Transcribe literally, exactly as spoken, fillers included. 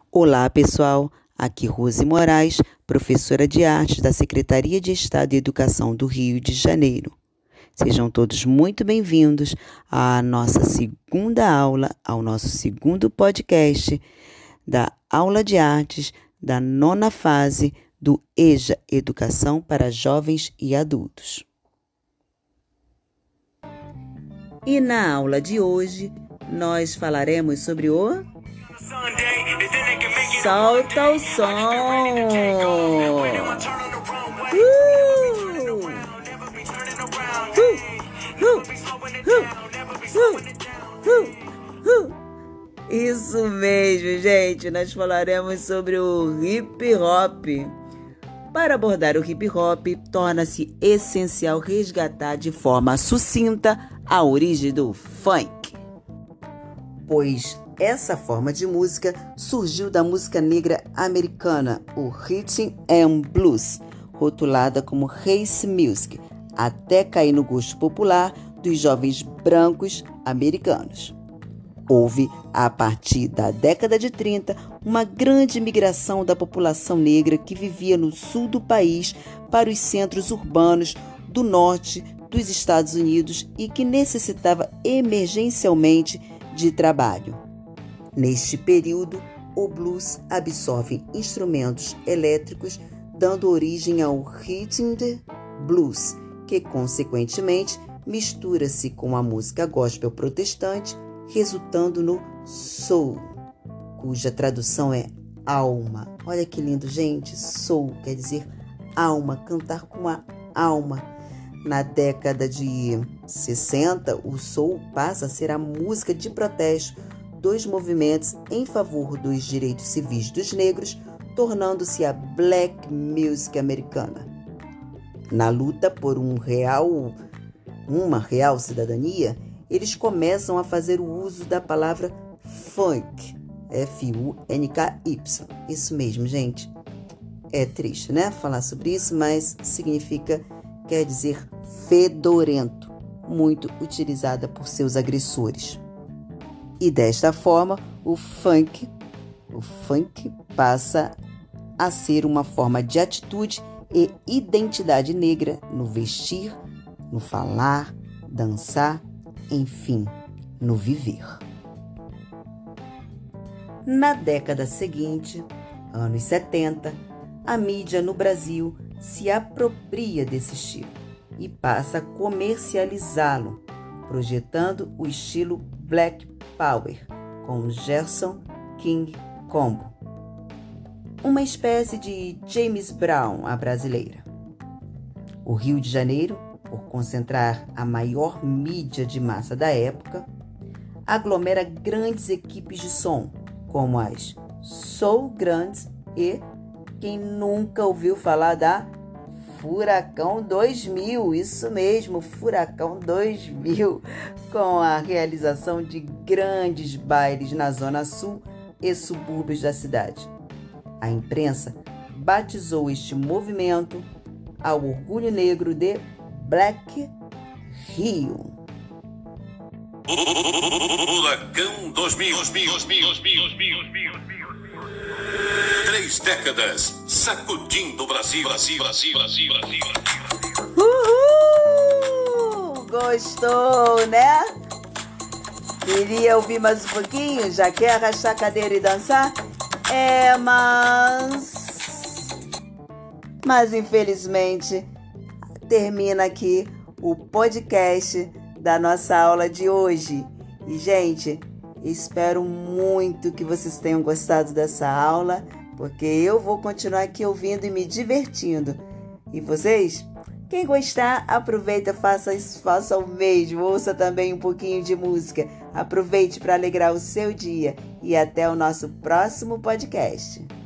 Olá, pessoal. Aqui Rose Moraes, professora de artes da Secretaria de Estado de Educação do Rio de Janeiro. Sejam todos muito bem-vindos à nossa segunda aula, ao nosso segundo podcast da aula de artes da nona fase do EJA, Educação para Jovens e Adultos. E na aula de hoje, nós falaremos sobre o Solta o som! Uh! Uh! Uh! Uh! Uh! Isso mesmo, gente! Nós falaremos sobre o hip hop. Para abordar o hip hop, torna-se essencial resgatar de forma sucinta a origem do funk, pois essa forma de música surgiu da música negra americana, o Rhythm and Blues, rotulada como race music, até cair no gosto popular dos jovens brancos americanos. Houve, a partir da década de trinta, uma grande migração da população negra que vivia no sul do país para os centros urbanos do norte dos Estados Unidos e que necessitava emergencialmente de trabalho. Neste período, o blues absorve instrumentos elétricos, dando origem ao rhythm blues, que consequentemente mistura-se com a música gospel protestante, resultando no soul, cuja tradução é alma. Olha que lindo, gente! Soul quer dizer alma, cantar com a alma. Na década de sessenta, o soul passa a ser a música de protesto dos movimentos em favor dos direitos civis dos negros, tornando-se a black music americana. Na luta por um real, uma real cidadania, eles começam a fazer o uso da palavra funk, F U N K Y. Isso mesmo, gente. É triste, né? Falar sobre isso, mas significa, quer dizer fedorento, muito utilizada por seus agressores. E desta forma, o funk, o funk passa a ser uma forma de atitude e identidade negra no vestir, no falar, dançar, enfim, no viver. Na década seguinte, anos setenta, a mídia no Brasil se apropria desse estilo e passa a comercializá-lo, projetando o estilo Black Power com Gerson King Combo, uma espécie de James Brown à brasileira. O Rio de Janeiro, por concentrar a maior mídia de massa da época, aglomera grandes equipes de som, como as Soul Grandes e, quem nunca ouviu falar da Furacão dois mil, isso mesmo, Furacão dois mil, com a realização de grandes bailes na Zona Sul e subúrbios da cidade. A imprensa batizou este movimento ao orgulho negro de Black Rio. Furacão dois mil, dois mil, dois mil, dois mil, dois mil, dois mil, dois mil. Três décadas sacudindo o Brasil, Brasil, Brasil, Brasil, Brasil. Uhul! Gostou, né? Queria ouvir mais um pouquinho? Já quer arrastar a cadeira e dançar? É, mas... Mas, infelizmente, termina aqui o podcast da nossa aula de hoje. E, gente, espero muito que vocês tenham gostado dessa aula, porque eu vou continuar aqui ouvindo e me divertindo. E vocês? Quem gostar, aproveita, faça isso, faça o mesmo. Ouça também um pouquinho de música. Aproveite para alegrar o seu dia. E até o nosso próximo podcast.